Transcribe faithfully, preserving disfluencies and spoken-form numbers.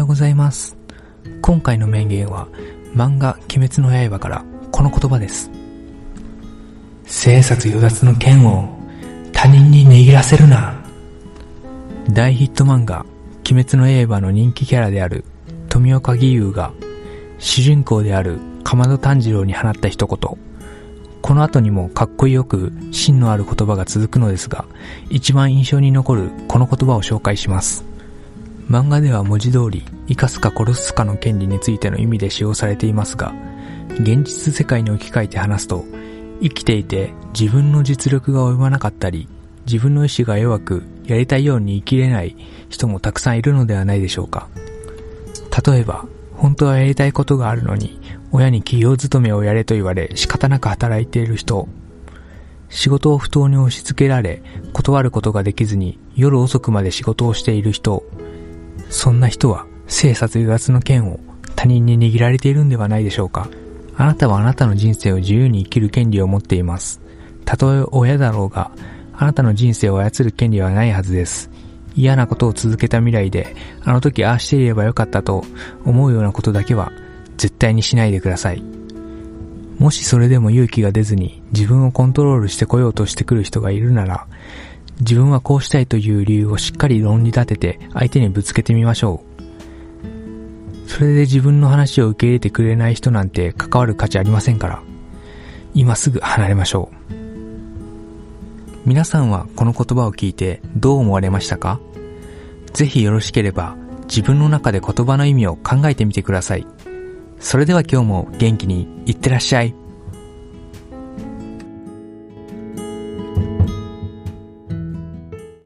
ようございます。今回の名言は漫画鬼滅の刃からこの言葉です。生殺与奪の剣を他人に握らせるな。大ヒット漫画鬼滅の刃の人気キャラである富岡義勇が主人公である竈門炭治郎に放った一言。この後にもかっこよく芯のある言葉が続くのですが、一番印象に残るこの言葉を紹介します。漫画では文字通り生かすか殺すかの権利についての意味で使用されていますが、現実世界に置き換えて話すと、生きていて自分の実力が及ばなかったり、自分の意志が弱くやりたいように生きれない人もたくさんいるのではないでしょうか。例えば、本当はやりたいことがあるのに、親に企業勤めをやれと言われ仕方なく働いている人、仕事を不当に押し付けられ断ることができずに夜遅くまで仕事をしている人、そんな人は生殺与奪の権を他人に握られているんではないでしょうか。あなたはあなたの人生を自由に生きる権利を持っています。たとえ親だろうが、あなたの人生を操る権利はないはずです。嫌なことを続けた未来で、あの時ああしていればよかったと思うようなことだけは絶対にしないでください。もしそれでも勇気が出ずに自分をコントロールしてこようとしてくる人がいるなら、自分はこうしたいという理由をしっかり論理立てて相手にぶつけてみましょう。それで自分の話を受け入れてくれない人なんて関わる価値ありませんから、今すぐ離れましょう。皆さんはこの言葉を聞いてどう思われましたか？ぜひよろしければ自分の中で言葉の意味を考えてみてください。それでは今日も元気にいってらっしゃい。